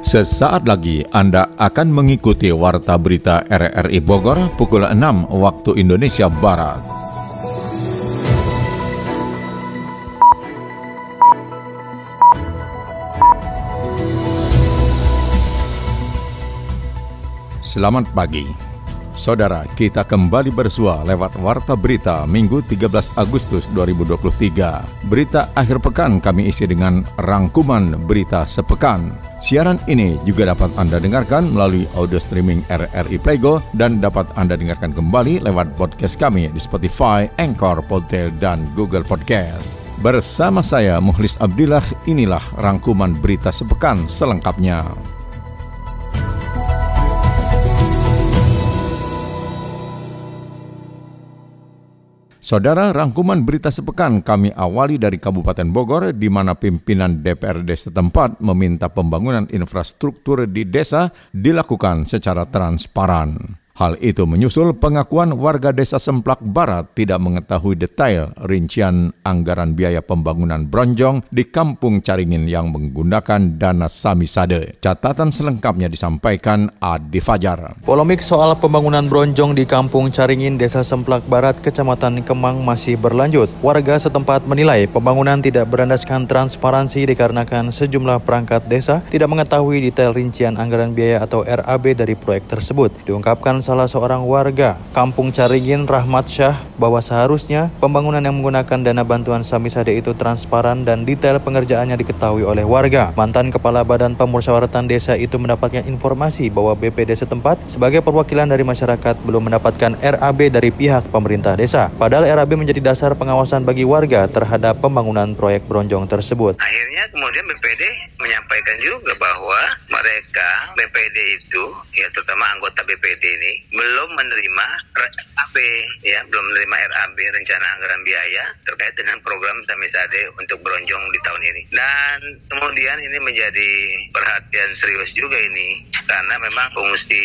Sesaat lagi Anda akan mengikuti Warta Berita RRI Bogor pukul 6 waktu Indonesia Barat. Selamat pagi. Saudara, kita kembali bersua lewat Warta Berita Minggu 13 Agustus 2023. Berita akhir pekan kami isi dengan rangkuman berita sepekan. Siaran ini juga dapat Anda dengarkan melalui audio streaming RRI Playgo dan dapat Anda dengarkan kembali lewat podcast kami di Spotify, Anchor, Podtail, dan Google Podcast. Bersama saya, Mukhlis Abdillah, inilah rangkuman berita sepekan selengkapnya. Saudara, rangkuman berita sepekan kami awali dari Kabupaten Bogor, di mana pimpinan DPRD setempat meminta pembangunan infrastruktur di desa dilakukan secara transparan. Hal itu menyusul pengakuan warga desa Semplak Barat tidak mengetahui detail rincian anggaran biaya pembangunan bronjong di Kampung Caringin yang menggunakan dana Samisade. Catatan selengkapnya disampaikan Adi Fajar. Polemik soal pembangunan bronjong di Kampung Caringin, Desa Semplak Barat, Kecamatan Kemang masih berlanjut. Warga setempat menilai pembangunan tidak berlandaskan transparansi dikarenakan sejumlah perangkat desa tidak mengetahui detail rincian anggaran biaya atau RAB dari proyek tersebut. Diungkapkan salah seorang warga Kampung Caringin, Rahmat Syah, bahwa seharusnya pembangunan yang menggunakan dana bantuan Samisade itu transparan dan detail pengerjaannya diketahui oleh warga. Mantan Kepala Badan Pemusyawaratan Desa itu mendapatkan informasi bahwa BPD setempat sebagai perwakilan dari masyarakat belum mendapatkan RAB dari pihak pemerintah desa. Padahal RAB menjadi dasar pengawasan bagi warga terhadap pembangunan proyek bronjong tersebut. Akhirnya kemudian BPD menyampaikan juga bahwa mereka BPD itu, ya terutama anggota BPD ini, belum menerima RAB, ya belum menerima RAB, rencana anggaran biaya terkait dengan program Samisade untuk bronjong di tahun ini. Dan kemudian ini menjadi perhatian serius juga ini, karena memang fungsi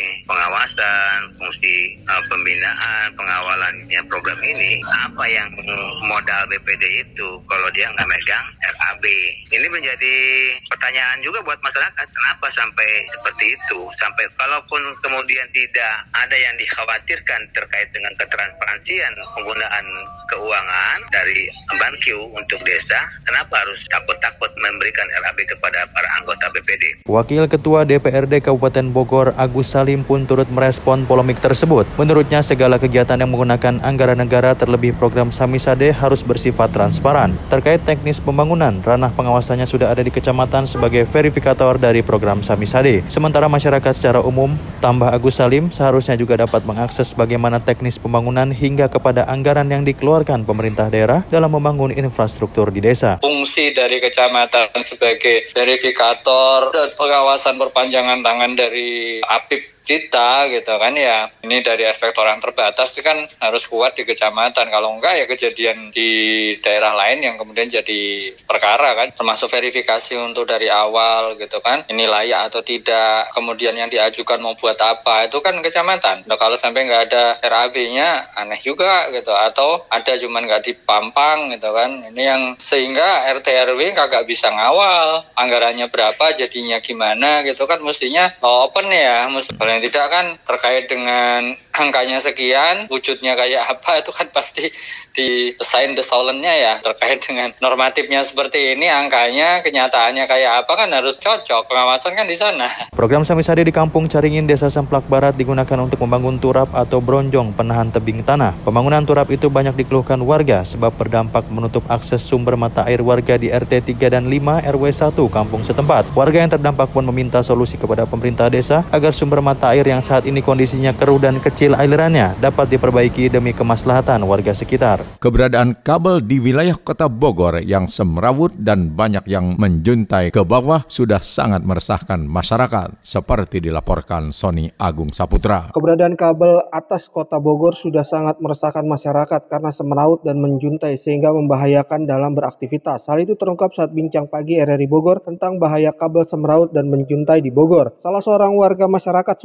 pengawasan, fungsi pembinaan, pengawalannya program ini, apa yang modal BPD itu kalau dia nggak megang RAB. Ini menjadi pertanyaan juga buat masyarakat, kenapa sampai seperti itu, sampai kalaupun kemudian tidak ada yang dikhawatirkan terkait dengan ketransparansian penggunaan keuangan dari Banqiu untuk desa, kenapa harus takut-takut memberikan RAB kepada para anggota BPD? Wakil Ketua DPRD Kabupaten Bogor, Agus Salim, pun turut merespon polemik tersebut. Menurutnya, segala kegiatan yang menggunakan anggaran negara terlebih program Samisade harus bersifat transparan. Terkait teknis pembangunan, ranah pengawasannya sudah ada di kecamatan sebagai verifikator dari program Samisade. Sementara masyarakat secara umum, tambah Agus Salim, seharusnya juga dapat mengakses bagaimana teknis pembangunan hingga kepada anggaran yang dikeluarkan pemerintah daerah dalam membangun infrastruktur di desa. Fungsi dari kecamatan sebagai verifikator dan pengawasan perpanjangan tangan dari APIP kita gitu kan, ya ini dari aspek orang terbatas itu kan harus kuat di kecamatan, kalau enggak ya kejadian di daerah lain yang kemudian jadi perkara kan, termasuk verifikasi untuk dari awal gitu kan, ini layak atau tidak, kemudian yang diajukan mau buat apa, itu kan kecamatan. Nah, kalau sampai nggak ada RAB-nya aneh juga gitu, atau ada cuman nggak dipampang gitu kan, ini yang sehingga RT RW kagak bisa ngawal anggarannya berapa, jadinya gimana gitu kan, mestinya open ya, yang tidak kan terkait dengan angkanya sekian, wujudnya kayak apa, itu kan pasti di assign the solemnnya ya, terkait dengan normatifnya seperti ini, angkanya kenyataannya kayak apa kan harus cocok, pengawasan kan di sana. Program Samisade di Kampung Caringin, Desa Semplak Barat digunakan untuk membangun turap atau bronjong penahan tebing tanah. Pembangunan turap itu banyak dikeluhkan warga sebab berdampak menutup akses sumber mata air warga di RT 3 dan 5 RW 1 kampung setempat. Warga yang terdampak pun meminta solusi kepada pemerintah desa agar sumber mata air yang saat ini kondisinya keruh dan kecil alirannya dapat diperbaiki demi kemaslahatan warga sekitar. Keberadaan kabel di wilayah kota Bogor yang semrawut dan banyak yang menjuntai ke bawah sudah sangat meresahkan masyarakat, seperti dilaporkan Sony Agung Saputra. Keberadaan kabel atas kota Bogor sudah sangat meresahkan masyarakat karena semeraut dan menjuntai sehingga membahayakan dalam beraktivitas. Hal itu terungkap saat bincang pagi RRI Bogor tentang bahaya kabel semeraut dan menjuntai di Bogor. Salah seorang warga masyarakat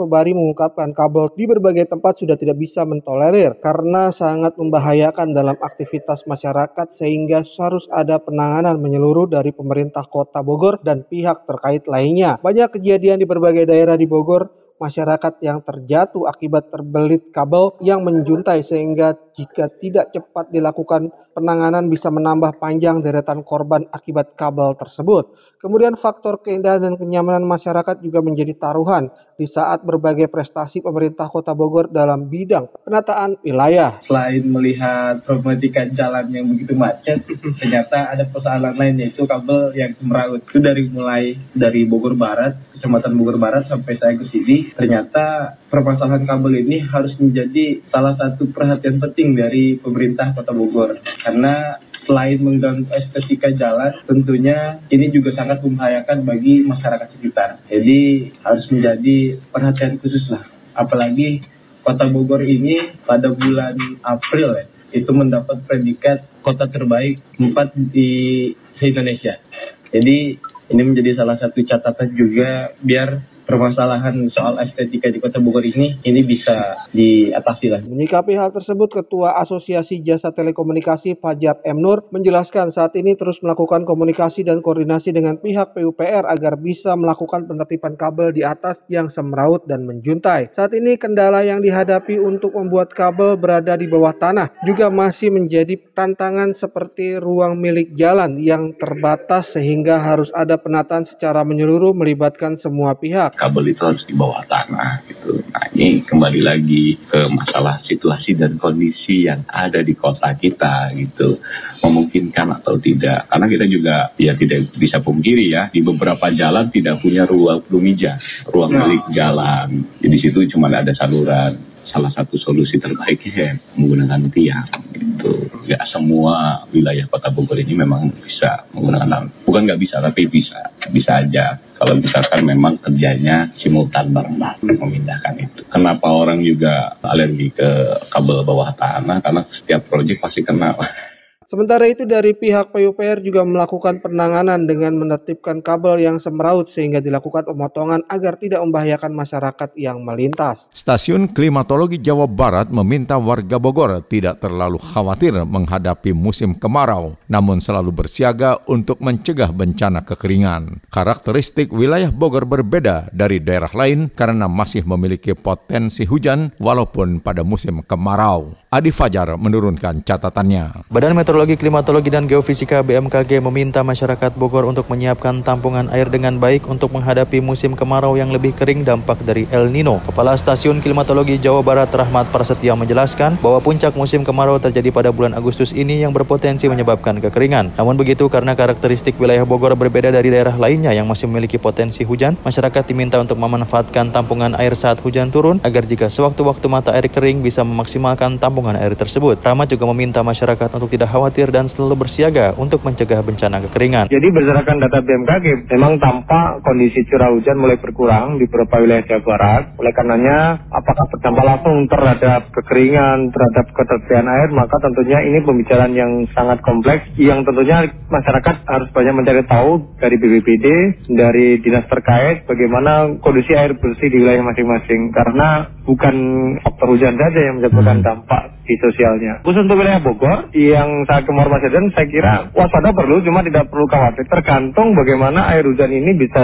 Sobari mengungkapkan kabel di berbagai tempat sudah tidak bisa mentolerir karena sangat membahayakan dalam aktivitas masyarakat sehingga harus ada penanganan menyeluruh dari pemerintah Kota Bogor dan pihak terkait lainnya. Banyak kejadian di berbagai daerah di Bogor, masyarakat yang terjatuh akibat terbelit kabel yang menjuntai sehingga jika tidak cepat dilakukan penanganan bisa menambah panjang deretan korban akibat kabel tersebut. Kemudian faktor keindahan dan kenyamanan masyarakat juga menjadi taruhan di saat berbagai prestasi pemerintah Kota Bogor dalam bidang penataan wilayah. Selain melihat problematika jalan yang begitu macet, ternyata ada persoalan lain yaitu kabel yang semeraut. Itu mulai dari Bogor Barat, Kecamatan Bogor Barat sampai saya ke sini, ternyata permasalahan kabel ini harus menjadi salah satu perhatian penting dari pemerintah Kota Bogor. Karena selain mengganggu estetika jalan, tentunya ini juga sangat membahayakan bagi masyarakat sekitar. Jadi harus menjadi perhatian khusus lah. Apalagi Kota Bogor ini pada bulan April itu mendapat predikat kota terbaik 4 di se-Indonesia. Jadi ini menjadi salah satu catatan juga biar permasalahan soal estetika di Kota Bogor ini bisa diatasi lah. Menyikapi hal tersebut, Ketua Asosiasi Jasa Telekomunikasi Fajar M. Nur menjelaskan saat ini terus melakukan komunikasi dan koordinasi dengan pihak PUPR agar bisa melakukan penertiban kabel di atas yang semeraut dan menjuntai. Saat ini kendala yang dihadapi untuk membuat kabel berada di bawah tanah juga masih menjadi tantangan seperti ruang milik jalan yang terbatas sehingga harus ada penataan secara menyeluruh melibatkan semua pihak. Kabel itu harus di bawah tanah gitu. Nah, ini kembali lagi ke masalah situasi dan kondisi yang ada di kota kita gitu, memungkinkan atau tidak. Karena kita juga tidak bisa pungkiri di beberapa jalan tidak punya ruang lumija, ruang milik jalan. Jadi situ cuma ada saluran. Salah satu solusi terbaiknya menggunakan tiang gitu. Gak semua wilayah Kota Bogor ini memang bisa menggunakan, bukan nggak bisa tapi bisa aja. Kalau misalkan memang kerjanya simultan bareng-bareng memindahkan itu. Kenapa orang juga alergi ke kabel bawah tanah? Karena setiap proyek pasti kena. Sementara itu dari pihak PUPR juga melakukan penanganan dengan menertibkan kabel yang semeraut sehingga dilakukan pemotongan agar tidak membahayakan masyarakat yang melintas. Stasiun Klimatologi Jawa Barat meminta warga Bogor tidak terlalu khawatir menghadapi musim kemarau, namun selalu bersiaga untuk mencegah bencana kekeringan. Karakteristik wilayah Bogor berbeda dari daerah lain karena masih memiliki potensi hujan walaupun pada musim kemarau. Adi Fajar menurunkan catatannya. Badan Meteorologi, Klimatologi, dan Geofisika BMKG meminta masyarakat Bogor untuk menyiapkan tampungan air dengan baik untuk menghadapi musim kemarau yang lebih kering dampak dari El Nino. Kepala Stasiun Klimatologi Jawa Barat Rahmat Prasetya menjelaskan bahwa puncak musim kemarau terjadi pada bulan Agustus ini yang berpotensi menyebabkan kekeringan. Namun begitu, karena karakteristik wilayah Bogor berbeda dari daerah lainnya yang masih memiliki potensi hujan, masyarakat diminta untuk memanfaatkan tampungan air saat hujan turun agar jika sewaktu-waktu mata air kering bisa memaksimalkan tampungan air tersebut. Rahmat juga meminta masyarakat untuk tidak khawatir dan selalu bersiaga untuk mencegah bencana kekeringan. Jadi berdasarkan data BMKG, memang tampak kondisi curah hujan mulai berkurang di beberapa wilayah Jawa Barat. Oleh karenanya, apakah berdampak langsung terhadap kekeringan, terhadap ketersediaan air, maka tentunya ini pembicaraan yang sangat kompleks, yang tentunya masyarakat harus banyak mencari tahu dari BPBD, dari dinas terkait, bagaimana kondisi air bersih di wilayah masing-masing. Karena bukan faktor hujan saja yang menyebabkan dampak di sosialnya. Khusus untuk wilayah Bogor, yang saya kemar Mas Eden, saya kira waspada perlu, cuma tidak perlu khawatir. Tergantung bagaimana air hujan ini bisa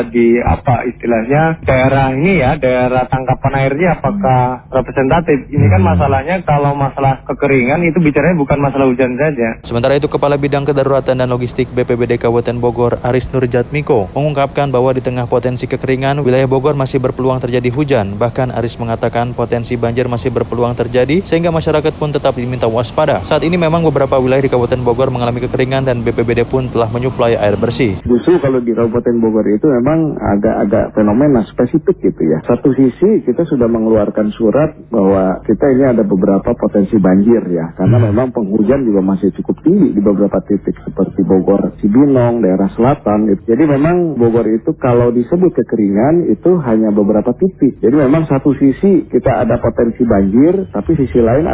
istilahnya daerah ini daerah tangkapan airnya apakah representatif. Ini kan masalahnya kalau masalah kekeringan itu bicaranya bukan masalah hujan saja. Sementara itu, Kepala Bidang Kedaruratan dan Logistik BPBD Kabupaten Bogor, Aris Nurjatmiko, mengungkapkan bahwa di tengah potensi kekeringan, wilayah Bogor masih berpeluang terjadi hujan. Bahkan Aris mengatakan potensi banjir masih berpeluang terjadi sehingga masyarakat pun tetap diminta waspada. Saat ini memang beberapa wilayah di Kabupaten Bogor mengalami kekeringan dan BPBD pun telah menyuplai air bersih. Justru kalau di Kabupaten Bogor itu memang agak fenomena spesifik gitu ya. Satu sisi kita sudah mengeluarkan surat bahwa kita ini ada beberapa potensi banjir ya. Karena memang penghujan juga masih cukup tinggi di beberapa titik seperti Bogor, Cibinong, daerah selatan gitu. Jadi memang Bogor itu kalau disebut kekeringan itu hanya beberapa titik. Jadi memang satu sisi kita ada potensi banjir, tapi sisi lain ada beberapa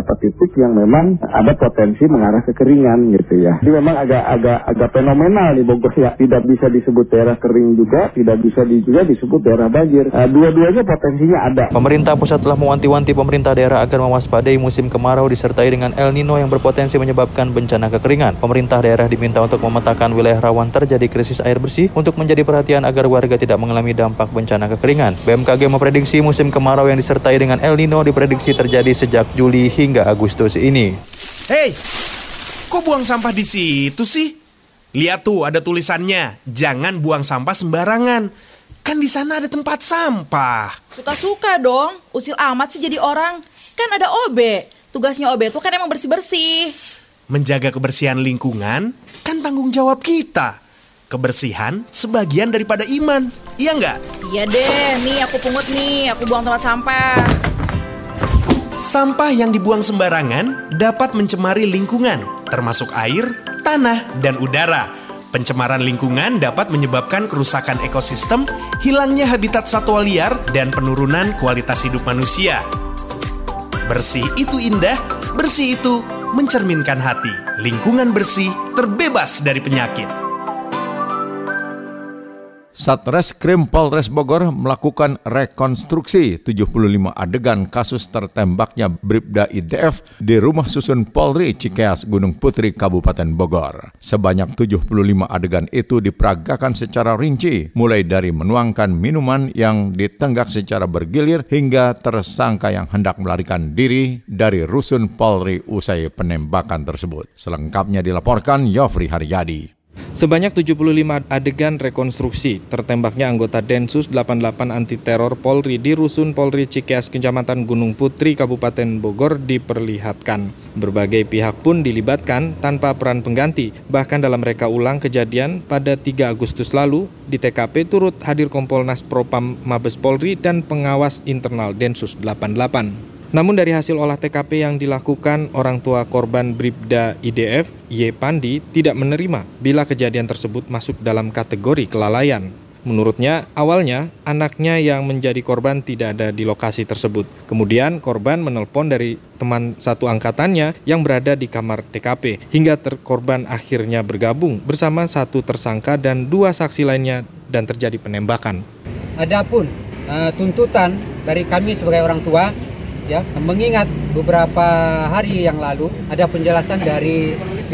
beberapa titik yang memang ada potensi mengarah ke keringan gitu ya. Jadi memang agak fenomenal di Bogor ya. Tidak bisa disebut daerah kering juga, tidak bisa juga disebut daerah banjir. Dua-duanya potensinya ada. Pemerintah pusat telah mewanti-wanti pemerintah daerah agar mewaspadai musim kemarau disertai dengan El Nino yang berpotensi menyebabkan bencana kekeringan. Pemerintah daerah diminta untuk memetakan wilayah rawan terjadi krisis air bersih untuk menjadi perhatian agar warga tidak mengalami dampak bencana kekeringan. BMKG memprediksi musim kemarau yang disertai dengan El Nino diprediksi terjadi sejak Juli hingga Agustus ini. Hei, kok buang sampah di situ sih? Lihat tuh ada tulisannya, jangan buang sampah sembarangan. Kan di sana ada tempat sampah. Suka-suka dong, usil amat sih jadi orang. Kan ada OB, tugasnya OB tuh kan emang bersih-bersih. Menjaga kebersihan lingkungan kan tanggung jawab kita. Kebersihan sebagian daripada iman, iya nggak? Iya deh, nih aku pungut nih, aku buang tempat sampah. Sampah yang dibuang sembarangan dapat mencemari lingkungan, termasuk air, tanah, dan udara. Pencemaran lingkungan dapat menyebabkan kerusakan ekosistem, hilangnya habitat satwa liar, dan penurunan kualitas hidup manusia. Bersih itu indah, bersih itu mencerminkan hati. Lingkungan bersih, terbebas dari penyakit. Satreskrim Polres Bogor melakukan rekonstruksi 75 adegan kasus tertembaknya Bribda IDF di rumah susun Polri Cikeas Gunung Putri Kabupaten Bogor. Sebanyak 75 adegan itu diperagakan secara rinci, mulai dari menuangkan minuman yang ditenggak secara bergilir hingga tersangka yang hendak melarikan diri dari rusun Polri usai penembakan tersebut. Selengkapnya dilaporkan Yofri Haryadi. Sebanyak 75 adegan rekonstruksi tertembaknya anggota Densus 88 anti teror Polri di rusun Polri Cikeas Kecamatan Gunung Putri Kabupaten Bogor diperlihatkan. Berbagai pihak pun dilibatkan tanpa peran pengganti. Bahkan dalam reka ulang kejadian pada 3 Agustus lalu di TKP turut hadir Kompolnas Propam Mabes Polri dan pengawas internal Densus 88. Namun dari hasil olah TKP yang dilakukan, orang tua korban Bribda IDF, Y. Pandi, tidak menerima bila kejadian tersebut masuk dalam kategori kelalaian. Menurutnya, awalnya anaknya yang menjadi korban tidak ada di lokasi tersebut. Kemudian korban menelpon dari teman satu angkatannya yang berada di kamar TKP, hingga korban akhirnya bergabung bersama satu tersangka dan 2 saksi lainnya dan terjadi penembakan. Adapun tuntutan dari kami sebagai orang tua, ya, mengingat beberapa hari yang lalu ada penjelasan dari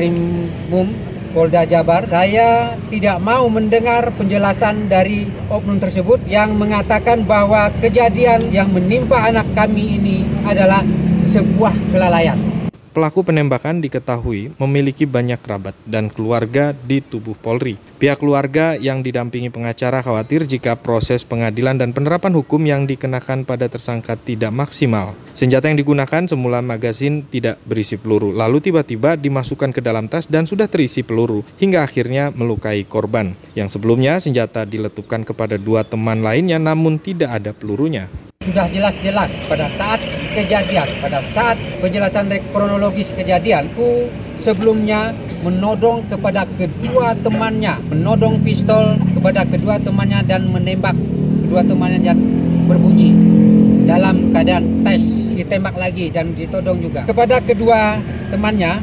Krimum Polda Jabar, saya tidak mau mendengar penjelasan dari oknum tersebut yang mengatakan bahwa kejadian yang menimpa anak kami ini adalah sebuah kelalaian. Pelaku penembakan diketahui memiliki banyak kerabat dan keluarga di tubuh Polri. Pihak keluarga yang didampingi pengacara khawatir jika proses pengadilan dan penerapan hukum yang dikenakan pada tersangka tidak maksimal. Senjata yang digunakan semula magazin tidak berisi peluru, lalu tiba-tiba dimasukkan ke dalam tas dan sudah terisi peluru, hingga akhirnya melukai korban. Yang sebelumnya senjata diletupkan kepada 2 teman lainnya namun tidak ada pelurunya. Sudah jelas-jelas pada saat kejadian, pada saat penjelasan kronologis kejadian, aku sebelumnya menodong kepada kedua temannya, menodong pistol kepada kedua temannya dan menembak kedua temannya dan berbunyi. Dalam keadaan tes, ditembak lagi dan ditodong juga. Kepada kedua temannya,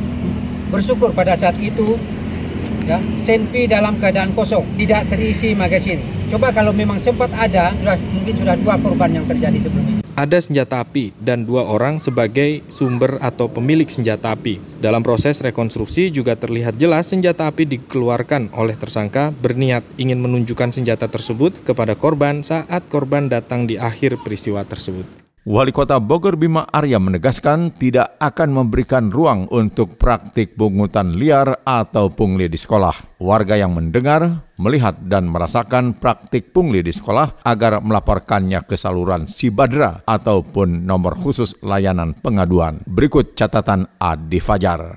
bersyukur pada saat itu, ya, senpi dalam keadaan kosong, tidak terisi magazin. Coba kalau memang sempat ada, mungkin sudah 2 korban yang terjadi sebelumnya. Ada senjata api dan 2 orang sebagai sumber atau pemilik senjata api. Dalam proses rekonstruksi juga terlihat jelas senjata api dikeluarkan oleh tersangka berniat ingin menunjukkan senjata tersebut kepada korban saat korban datang di akhir peristiwa tersebut. Wali Kota Bogor Bima Arya menegaskan tidak akan memberikan ruang untuk praktik pungutan liar atau pungli di sekolah. Warga yang mendengar, melihat dan merasakan praktik pungli di sekolah agar melaporkannya ke saluran Sibadra ataupun nomor khusus layanan pengaduan. Berikut catatan Adi Fajar.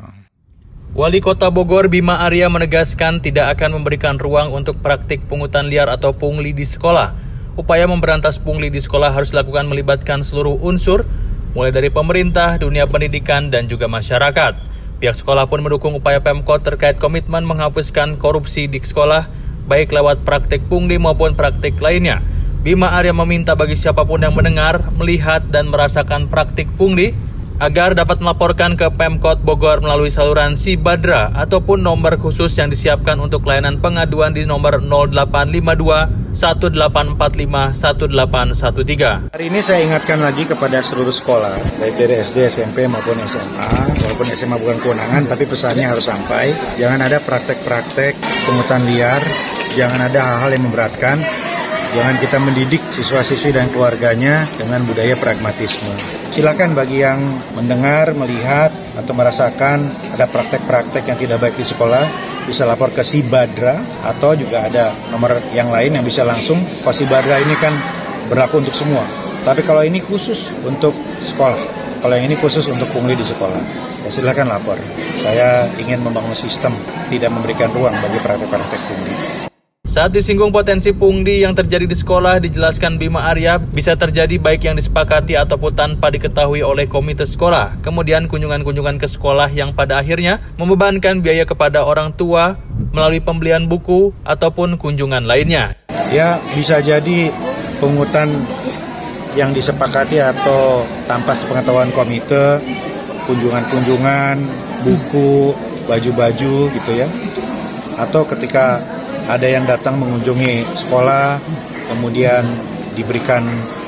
Wali Kota Bogor Bima Arya menegaskan tidak akan memberikan ruang untuk praktik pungutan liar atau pungli di sekolah. Upaya memberantas pungli di sekolah harus dilakukan melibatkan seluruh unsur, mulai dari pemerintah, dunia pendidikan, dan juga masyarakat. Pihak sekolah pun mendukung upaya Pemkot terkait komitmen menghapuskan korupsi di sekolah, baik lewat praktik pungli maupun praktik lainnya. Bima Arya meminta bagi siapapun yang mendengar, melihat, dan merasakan praktik pungli, agar dapat melaporkan ke Pemkot Bogor melalui saluran Sibadra ataupun nomor khusus yang disiapkan untuk layanan pengaduan di nomor 0852 1845 1813. Hari ini saya ingatkan lagi kepada seluruh sekolah, baik dari SD, SMP maupun SMA, walaupun SMA bukan kewenangan, tapi pesannya harus sampai. Jangan ada praktek-praktek pungutan liar, jangan ada hal-hal yang memberatkan. Jangan kita mendidik siswa-siswi dan keluarganya dengan budaya pragmatisme. Silakan bagi yang mendengar, melihat, atau merasakan ada praktek-praktek yang tidak baik di sekolah, bisa lapor ke Sibadra, atau juga ada nomor yang lain yang bisa langsung. Kalau Sibadra ini kan berlaku untuk semua, tapi kalau ini khusus untuk sekolah, kalau yang ini khusus untuk pungli di sekolah, ya silakan lapor. Saya ingin membangun sistem, tidak memberikan ruang bagi praktek-praktek pungli. Saat disinggung potensi pungli yang terjadi di sekolah, dijelaskan Bima Arya bisa terjadi baik yang disepakati ataupun tanpa diketahui oleh komite sekolah. Kemudian kunjungan-kunjungan ke sekolah yang pada akhirnya membebankan biaya kepada orang tua melalui pembelian buku ataupun kunjungan lainnya. Ya, bisa jadi pungutan yang disepakati atau tanpa sepengetahuan komite, kunjungan-kunjungan, buku, baju-baju gitu ya. Atau ketika ada yang datang mengunjungi sekolah, kemudian diberikan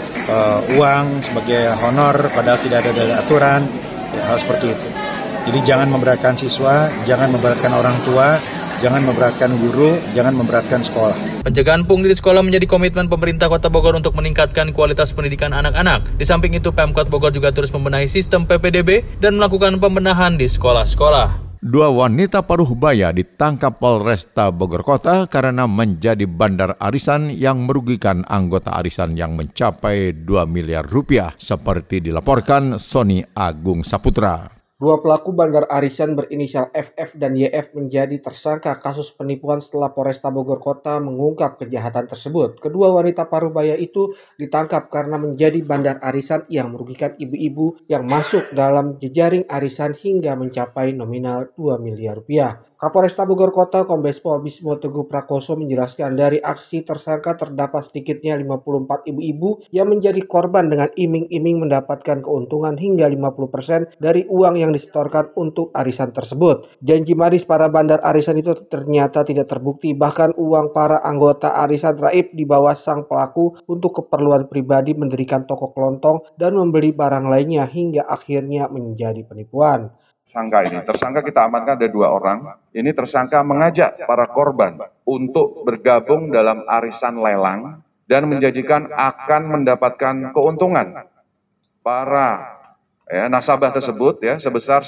uang sebagai honor, padahal tidak ada aturan, ya, hal seperti itu. Jadi jangan memberatkan siswa, jangan memberatkan orang tua, jangan memberatkan guru, jangan memberatkan sekolah. Pencegahan pungli di sekolah menjadi komitmen pemerintah Kota Bogor untuk meningkatkan kualitas pendidikan anak-anak. Di samping itu, Pemkot Bogor juga terus membenahi sistem PPDB dan melakukan pembenahan di sekolah-sekolah. 2 wanita paruh baya ditangkap Polresta Bogor Kota karena menjadi bandar arisan yang merugikan anggota arisan yang mencapai 2 miliar rupiah, seperti dilaporkan Sony Agung Saputra. 2 pelaku bandar arisan berinisial FF dan YF menjadi tersangka kasus penipuan setelah Polresta Bogor Kota mengungkap kejahatan tersebut. Kedua wanita paruh baya itu ditangkap karena menjadi bandar arisan yang merugikan ibu-ibu yang masuk dalam jejaring arisan hingga mencapai nominal 2 miliar rupiah. Kapolresta Bogor Kota Kombes Pol Bismo Teguh Prakoso menjelaskan dari aksi tersangka terdapat sedikitnya 54 ibu-ibu yang menjadi korban dengan iming-iming mendapatkan keuntungan hingga 50% dari uang yang disetorkan untuk arisan tersebut. Janji manis para bandar arisan itu ternyata tidak terbukti, bahkan uang para anggota arisan raib dibawa sang pelaku untuk keperluan pribadi mendirikan toko kelontong dan membeli barang lainnya hingga akhirnya menjadi penipuan. Tersangka kita amankan ada 2 orang. Ini tersangka mengajak para korban untuk bergabung dalam arisan lelang dan menjanjikan akan mendapatkan keuntungan para nasabah tersebut sebesar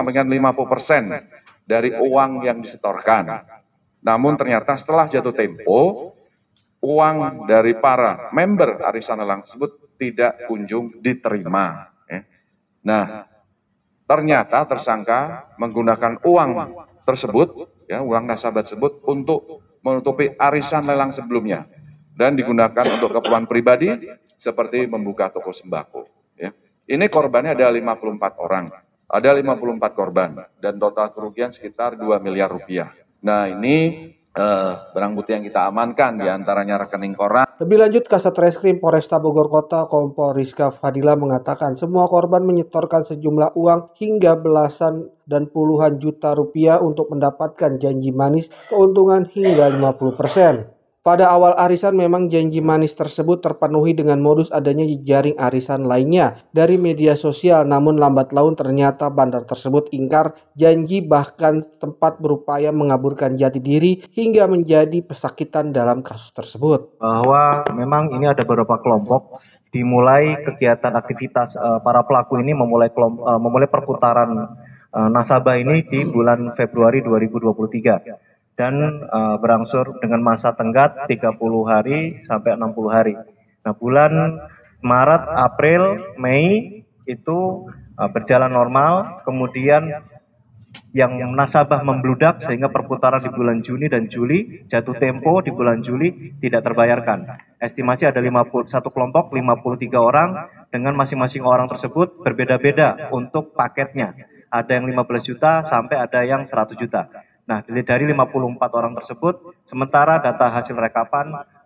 10-50% dari uang yang disetorkan. Namun ternyata setelah jatuh tempo, uang dari para member arisan lelang tersebut tidak kunjung diterima. Nah, ternyata tersangka menggunakan uang tersebut, uang nasabah tersebut untuk menutupi arisan lelang sebelumnya dan digunakan untuk keperluan pribadi seperti membuka toko sembako. Ini korbannya ada 54 orang, ada 54 korban dan total kerugian sekitar 2 miliar rupiah. Nah, ini barang bukti yang kita amankan diantaranya rekening koran. Lebih lanjut, Kasat Reskrim Polresta Bogor Kota Kompol Rizka Fadila mengatakan semua korban menyetorkan sejumlah uang hingga belasan dan puluhan juta rupiah untuk mendapatkan janji manis keuntungan hingga 50%. Pada awal arisan memang janji manis tersebut terpenuhi dengan modus adanya jejaring arisan lainnya dari media sosial, namun lambat laun ternyata bandar tersebut ingkar janji, bahkan sempat berupaya mengaburkan jati diri hingga menjadi pesakitan dalam kasus tersebut. Bahwa memang ini ada beberapa kelompok dimulai kegiatan aktivitas para pelaku ini memulai perputaran nasabah ini di bulan Februari 2023. Dan berangsur dengan masa tenggat 30 hari sampai 60 hari. Nah, bulan Maret, April, Mei itu berjalan normal, kemudian yang nasabah membludak sehingga perputaran di bulan Juni dan Juli jatuh tempo, di bulan Juli tidak terbayarkan. Estimasi ada 51 kelompok, 53 orang dengan masing-masing orang tersebut berbeda-beda untuk paketnya. Ada yang 15 juta sampai ada yang 100 juta. Nah, dari 54 orang tersebut, sementara data hasil rekapan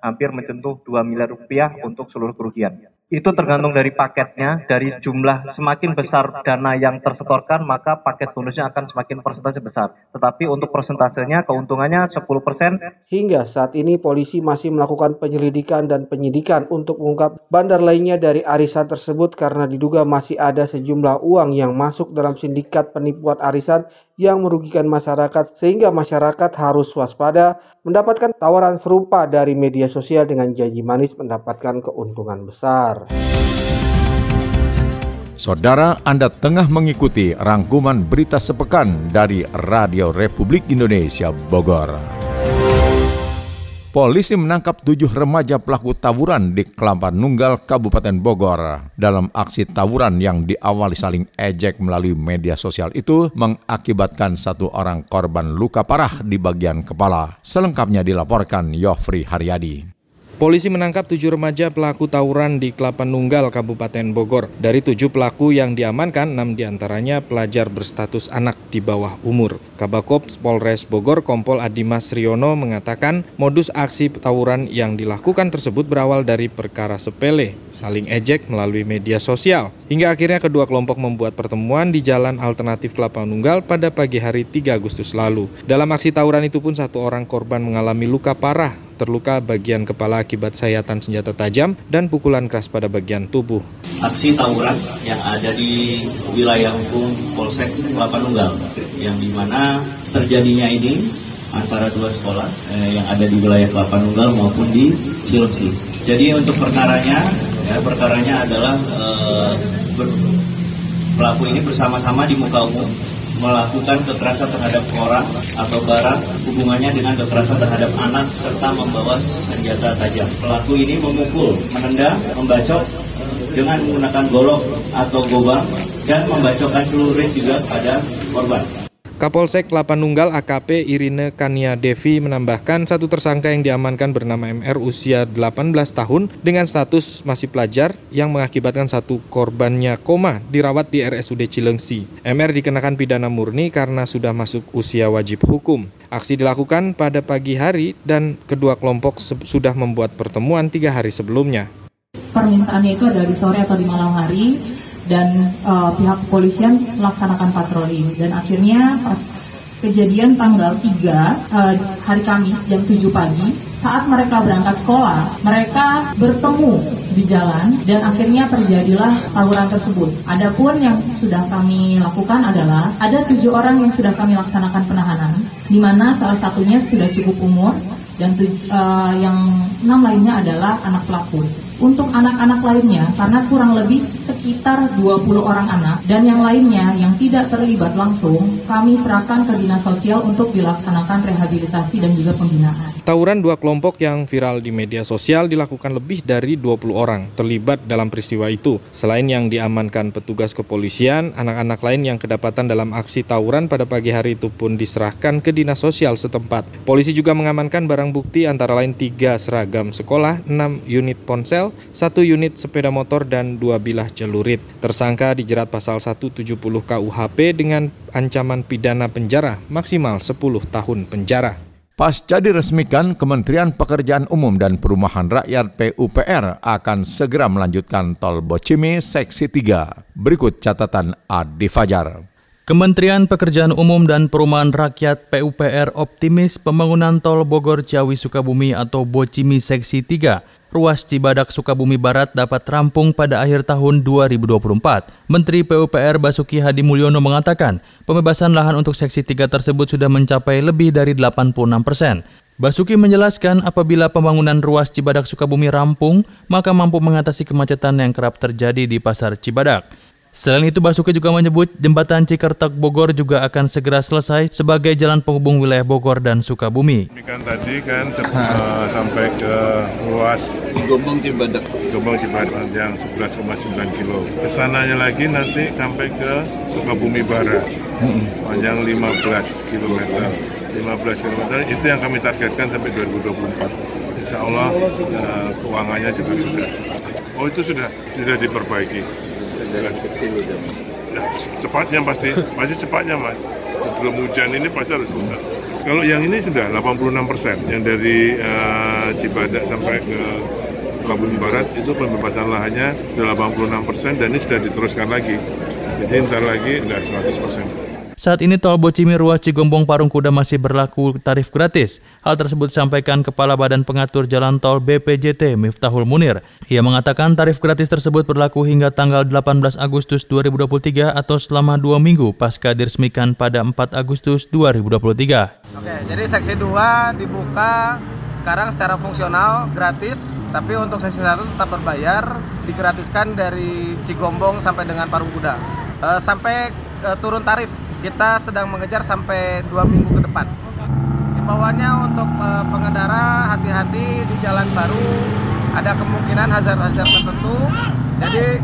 hampir menyentuh 2 miliar rupiah untuk seluruh kerugian. Itu tergantung dari paketnya, dari jumlah semakin besar dana yang tersetorkan, maka paket bonusnya akan semakin persentase besar. Tetapi untuk persentasenya, keuntungannya 10%. Hingga saat ini polisi masih melakukan penyelidikan dan penyidikan untuk mengungkap bandar lainnya dari arisan tersebut karena diduga masih ada sejumlah uang yang masuk dalam sindikat penipuan arisan yang merugikan masyarakat sehingga masyarakat harus waspada mendapatkan tawaran serupa dari media sosial dengan janji manis mendapatkan keuntungan besar. Saudara, Anda tengah mengikuti rangkuman berita sepekan dari Radio Republik Indonesia Bogor. Polisi menangkap 7 remaja pelaku tawuran di Kelapa Nunggal, Kabupaten Bogor. Dalam aksi tawuran yang diawali saling ejek melalui media sosial itu mengakibatkan 1 orang korban luka parah di bagian kepala. Selengkapnya dilaporkan Yofri Haryadi. Polisi menangkap 7 remaja pelaku tawuran di Kelapa Nunggal, Kabupaten Bogor. Dari 7 pelaku yang diamankan, 6 diantaranya pelajar berstatus anak di bawah umur. Kabakops Polres Bogor Kompol Adimas Riono mengatakan modus aksi tawuran yang dilakukan tersebut berawal dari perkara sepele, saling ejek melalui media sosial. Hingga akhirnya kedua kelompok membuat pertemuan di Jalan Alternatif Kelapa Nunggal pada pagi hari 3 Agustus lalu. Dalam aksi tawuran itu pun 1 orang korban mengalami luka parah, terluka bagian kepala akibat sayatan senjata tajam dan pukulan keras pada bagian tubuh. Aksi tawuran yang ada di wilayah hukum Polsek Kelapa Nunggal, yang dimana terjadinya ini antara 2 sekolah yang ada di wilayah Kelapa Nunggal maupun di Cilengsi. Jadi untuk perkaranya adalah pelaku ini bersama-sama di muka umum melakukan kekerasan terhadap orang atau barang hubungannya dengan kekerasan terhadap anak serta membawa senjata tajam. Pelaku ini memukul, menendang, membacok dengan menggunakan golok atau gobang dan membacokkan celurit juga pada korban. Kapolsek Kelapa Nunggal AKP Irine Kania Devi menambahkan 1 tersangka yang diamankan bernama MR usia 18 tahun dengan status masih pelajar yang mengakibatkan 1 korbannya koma dirawat di RSUD Cilengsi. MR dikenakan pidana murni karena sudah masuk usia wajib hukum. Aksi dilakukan pada pagi hari dan kedua kelompok sudah membuat pertemuan 3 hari sebelumnya. Permintaannya itu ada di sore atau di malam hari. Dan pihak kepolisian melaksanakan patroli dan akhirnya pas kejadian tanggal 3 hari Kamis jam 7 pagi saat mereka berangkat sekolah, mereka bertemu di jalan dan akhirnya terjadilah tawuran tersebut. Adapun yang sudah kami lakukan adalah ada 7 orang yang sudah kami laksanakan penahanan, di mana salah satunya sudah cukup umur dan yang 6 lainnya adalah anak pelaku. Untuk anak-anak lainnya, karena kurang lebih sekitar 20 orang anak dan yang lainnya yang tidak terlibat langsung, kami serahkan ke Dinas Sosial untuk dilaksanakan rehabilitasi dan juga pembinaan. Tawuran 2 kelompok yang viral di media sosial dilakukan lebih dari 20 orang terlibat dalam peristiwa itu. Selain yang diamankan petugas kepolisian, anak-anak lain yang kedapatan dalam aksi tawuran pada pagi hari itu pun diserahkan ke Dinas Sosial setempat. Polisi juga mengamankan barang bukti antara lain 3 seragam sekolah, 6 unit ponsel, 1 unit sepeda motor dan 2 bilah celurit. Tersangka dijerat pasal 170 KUHP dengan ancaman pidana penjara maksimal 10 tahun penjara. Pasca diresmikan, Kementerian Pekerjaan Umum dan Perumahan Rakyat PUPR akan segera melanjutkan tol Bocimi Seksi 3. Berikut catatan Adi Fajar. Kementerian Pekerjaan Umum dan Perumahan Rakyat PUPR optimis pembangunan tol Bogor Ciawi Sukabumi atau Bocimi Seksi 3 ruas Cibadak Sukabumi Barat dapat rampung pada akhir tahun 2024. Menteri PUPR Basuki Hadi Mulyono mengatakan, pembebasan lahan untuk Seksi 3 tersebut sudah mencapai lebih dari 86%. Basuki menjelaskan apabila pembangunan ruas Cibadak Sukabumi rampung, maka mampu mengatasi kemacetan yang kerap terjadi di Pasar Cibadak. Selain itu, Basuki juga menyebut jembatan Cikertek Bogor juga akan segera selesai sebagai jalan penghubung wilayah Bogor dan Sukabumi. Tadi kan sampai ke ruas Gombong Cibadak yang 11,9 kilo. Kesananya lagi nanti sampai ke Sukabumi Barat, panjang 15 km. 15 km itu yang kami targetkan sampai 2024. Insya Allah keuangannya juga sudah. Oh, itu sudah diperbaiki. Cepatnya pasti cepatnya, Mas. Belum hujan ini pasti harus Kalau yang ini sudah 86%, yang dari Cibadak sampai ke Sukabumi Barat itu pembebasan lahannya sudah 86% dan ini sudah diteruskan lagi. Jadi ntar lagi udah 100%. Saat ini tol Bocimi ruas Cigombong Parung Kuda masih berlaku tarif gratis. Hal tersebut disampaikan Kepala Badan Pengatur Jalan Tol BPJT Miftahul Munir. Ia mengatakan tarif gratis tersebut berlaku hingga tanggal 18 Agustus 2023 atau selama 2 minggu pasca diresmikan pada 4 Agustus 2023. Oke, jadi seksi 2 dibuka sekarang secara fungsional gratis, tapi untuk seksi 1 tetap berbayar, digratiskan dari Cigombong sampai dengan Parung Kuda. Sampai turun tarif. Kita sedang mengejar sampai 2 minggu ke depan. Himbauannya untuk pengendara hati-hati di jalan baru, ada kemungkinan hazard-hazard tertentu. Jadi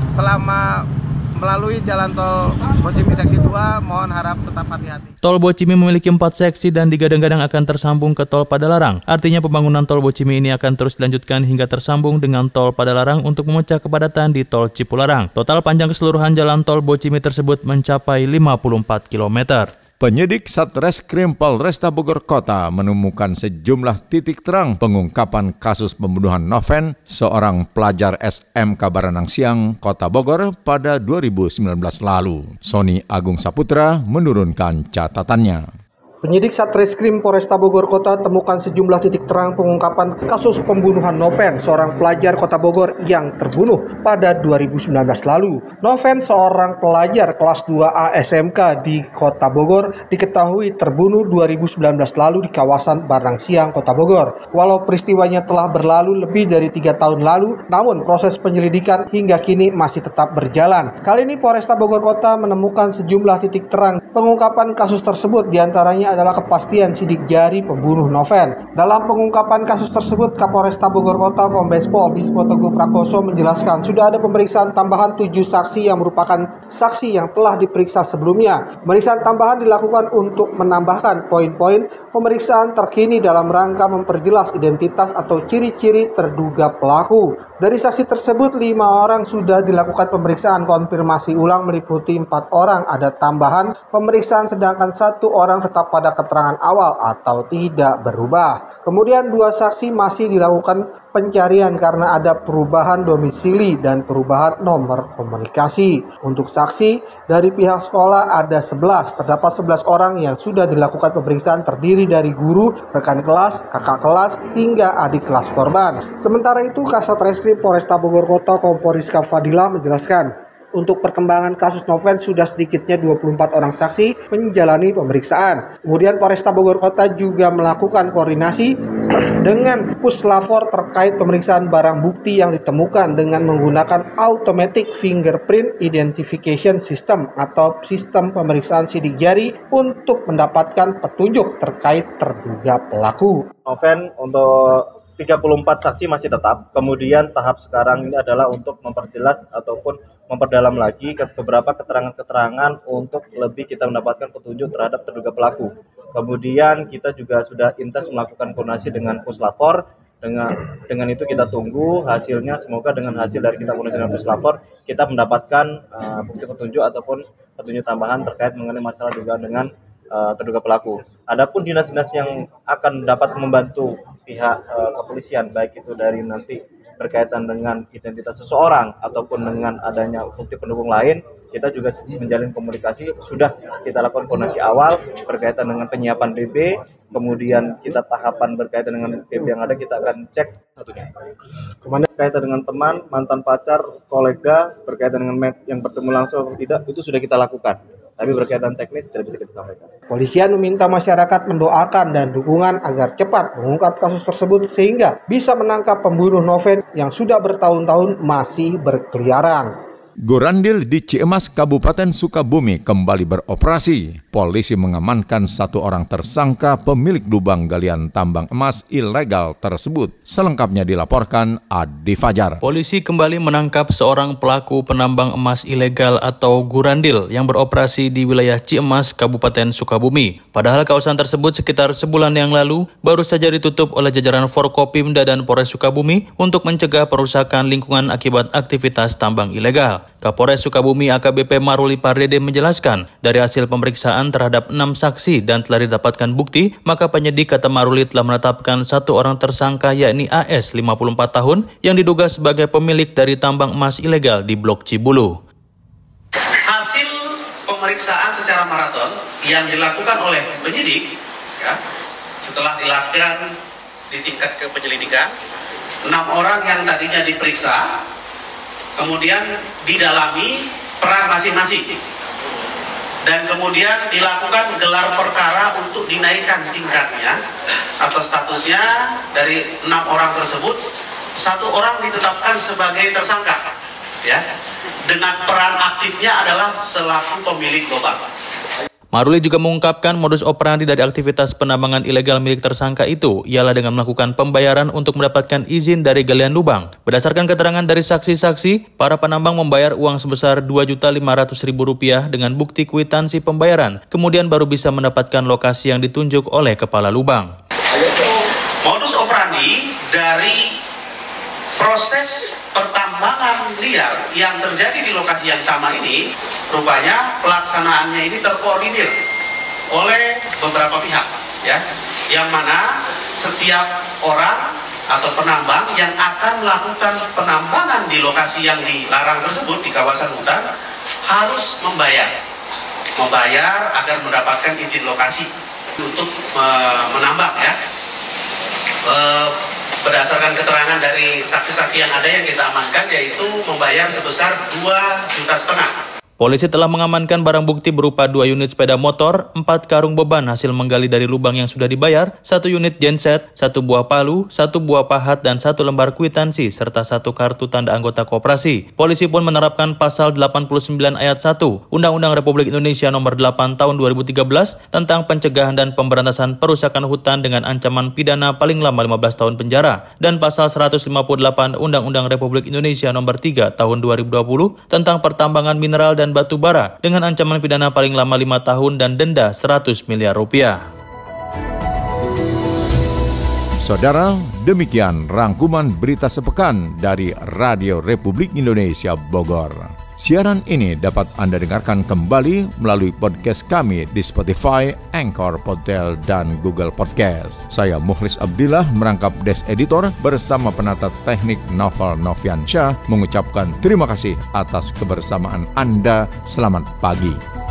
selama melalui jalan tol Bocimi seksi 2, mohon harap tetap hati-hati. Tol Bocimi memiliki 4 seksi dan digadang-gadang akan tersambung ke tol Padalarang. Artinya pembangunan tol Bocimi ini akan terus dilanjutkan hingga tersambung dengan tol Padalarang untuk memecah kepadatan di tol Cipularang. Total panjang keseluruhan jalan tol Bocimi tersebut mencapai 54 km. Penyidik Satreskrim Polresta Bogor Kota menemukan sejumlah titik terang pengungkapan kasus pembunuhan Noven, seorang pelajar SMK Baranang Siang, Kota Bogor pada 2019 lalu. Sony Agung Saputra menurunkan catatannya. Penyidik Satreskrim Polresta Bogor Kota temukan sejumlah titik terang pengungkapan kasus pembunuhan Noven, seorang pelajar Kota Bogor yang terbunuh pada 2019 lalu. Noven, seorang pelajar kelas 2A SMK di Kota Bogor, diketahui terbunuh 2019 lalu di kawasan Baranang Siang, Kota Bogor. Walau peristiwanya telah berlalu lebih dari 3 tahun lalu, namun proses penyelidikan hingga kini masih tetap berjalan. Kali ini Polresta Bogor Kota menemukan sejumlah titik terang pengungkapan kasus tersebut, diantaranya adalah kepastian sidik jari pembunuh Noven. Dalam pengungkapan kasus tersebut, Kapolresta Bogor Kota Kombes Pol Bismo Teguh Prakoso menjelaskan sudah ada pemeriksaan tambahan 7 saksi yang merupakan saksi yang telah diperiksa sebelumnya. Pemeriksaan tambahan dilakukan untuk menambahkan poin-poin pemeriksaan terkini dalam rangka memperjelas identitas atau ciri-ciri terduga pelaku. Dari saksi tersebut, 5 orang sudah dilakukan pemeriksaan konfirmasi ulang meliputi 4 orang ada tambahan pemeriksaan, sedangkan 1 orang tetap pada keterangan awal atau tidak berubah. Kemudian 2 saksi masih dilakukan pencarian karena ada perubahan domisili dan perubahan nomor komunikasi. Untuk saksi dari pihak sekolah ada 11. Terdapat 11 orang yang sudah dilakukan pemeriksaan terdiri dari guru, rekan kelas, kakak kelas, hingga adik kelas korban. Sementara itu, Kasat Reskrim Polresta Bogor Kota Kompol Rizka Fadila menjelaskan, untuk perkembangan kasus Noven sudah sedikitnya 24 orang saksi menjalani pemeriksaan. Kemudian Polresta Bogor Kota juga melakukan koordinasi dengan Puslapor terkait pemeriksaan barang bukti yang ditemukan dengan menggunakan Automatic Fingerprint Identification System atau sistem pemeriksaan sidik jari untuk mendapatkan petunjuk terkait terduga pelaku. Noven untuk 34 saksi masih tetap. Kemudian tahap sekarang ini adalah untuk memperjelas ataupun memperdalam lagi beberapa keterangan-keterangan untuk lebih kita mendapatkan petunjuk terhadap terduga pelaku. Kemudian kita juga sudah intens melakukan koordinasi dengan Puslapor. Dengan itu kita tunggu hasilnya. Semoga dengan hasil dari kita koordinasi dengan Puslapor kita mendapatkan bukti petunjuk ataupun petunjuk tambahan terkait mengenai masalah dugaan dengan terduga pelaku. Adapun dinas-dinas yang akan dapat membantu pihak kepolisian, baik itu dari nanti berkaitan dengan identitas seseorang ataupun dengan adanya bukti pendukung lain, kita juga menjalin komunikasi. Sudah kita lakukan koordinasi awal berkaitan dengan penyiapan BB, kemudian kita tahapan berkaitan dengan BB yang ada kita akan cek satunya. Kemudian berkaitan dengan teman, mantan pacar, kolega, berkaitan dengan yang bertemu langsung atau tidak, itu sudah kita lakukan. Tapi berkaitan teknis tidak bisa kita sampaikan. Polisian meminta masyarakat mendoakan dan dukungan agar cepat mengungkap kasus tersebut sehingga bisa menangkap pembunuh Noven yang sudah bertahun-tahun masih berkeliaran. Gurandil di Ciemas, Kabupaten Sukabumi kembali beroperasi. Polisi mengamankan 1 orang tersangka pemilik lubang galian tambang emas ilegal tersebut. Selengkapnya dilaporkan Adi Fajar. Polisi kembali menangkap seorang pelaku penambang emas ilegal atau gurandil yang beroperasi di wilayah Ciemas, Kabupaten Sukabumi. Padahal kawasan tersebut sekitar sebulan yang lalu baru saja ditutup oleh jajaran Forkopimda dan Polres Sukabumi untuk mencegah perusakan lingkungan akibat aktivitas tambang ilegal. Kapolres Sukabumi AKBP Maruli Pardede menjelaskan, dari hasil pemeriksaan terhadap 6 saksi dan telah didapatkan bukti, maka penyidik kata Maruli telah menetapkan 1 orang tersangka yakni AS 54 tahun yang diduga sebagai pemilik dari tambang emas ilegal di Blok Cibulu. Hasil pemeriksaan secara maraton yang dilakukan oleh penyidik, ya, setelah dilakukan di tingkat kepenyelidikan, 6 orang yang tadinya diperiksa, kemudian didalami peran masing-masing, dan kemudian dilakukan gelar perkara untuk dinaikkan tingkatnya atau statusnya dari 6 orang tersebut, 1 orang ditetapkan sebagai tersangka, ya, dengan peran aktifnya adalah selaku pemilik lubang. Maruli juga mengungkapkan modus operandi dari aktivitas penambangan ilegal milik tersangka itu ialah dengan melakukan pembayaran untuk mendapatkan izin dari galian lubang. Berdasarkan keterangan dari saksi-saksi, para penambang membayar uang sebesar Rp2.500.000 dengan bukti kwitansi pembayaran, kemudian baru bisa mendapatkan lokasi yang ditunjuk oleh kepala lubang. Modus operandi dari proses pertambangan liar yang terjadi di lokasi yang sama ini, rupanya pelaksanaannya ini terkoordinir oleh beberapa pihak, ya, yang mana setiap orang atau penambang yang akan melakukan penambangan di lokasi yang dilarang tersebut di kawasan hutan harus membayar agar mendapatkan izin lokasi untuk menambang, ya. Berdasarkan keterangan dari saksi-saksi yang ada yang kita amankan, yaitu membayar sebesar 2,5 juta. Polisi telah mengamankan barang bukti berupa 2 unit sepeda motor, 4 karung beban hasil menggali dari lubang yang sudah dibayar, 1 unit genset, 1 buah palu, 1 buah pahat, dan 1 lembar kwitansi, serta 1 kartu tanda anggota koperasi. Polisi pun menerapkan pasal 89 ayat 1 Undang-Undang Republik Indonesia Nomor 8 Tahun 2013 tentang pencegahan dan pemberantasan perusakan hutan dengan ancaman pidana paling lama 15 tahun penjara, dan pasal 158 Undang-Undang Republik Indonesia Nomor 3 Tahun 2020 tentang pertambangan mineral dan batu bara dengan ancaman pidana paling lama 5 tahun dan denda Rp100 miliar. Saudara, demikian rangkuman berita sepekan dari Radio Republik Indonesia Bogor. Siaran ini dapat Anda dengarkan kembali melalui podcast kami di Spotify, Anchor, Podtail, dan Google Podcast. Saya Mukhlis Abdillah merangkap Desk Editor bersama penata teknik Novel Noviansyah mengucapkan terima kasih atas kebersamaan Anda. Selamat pagi.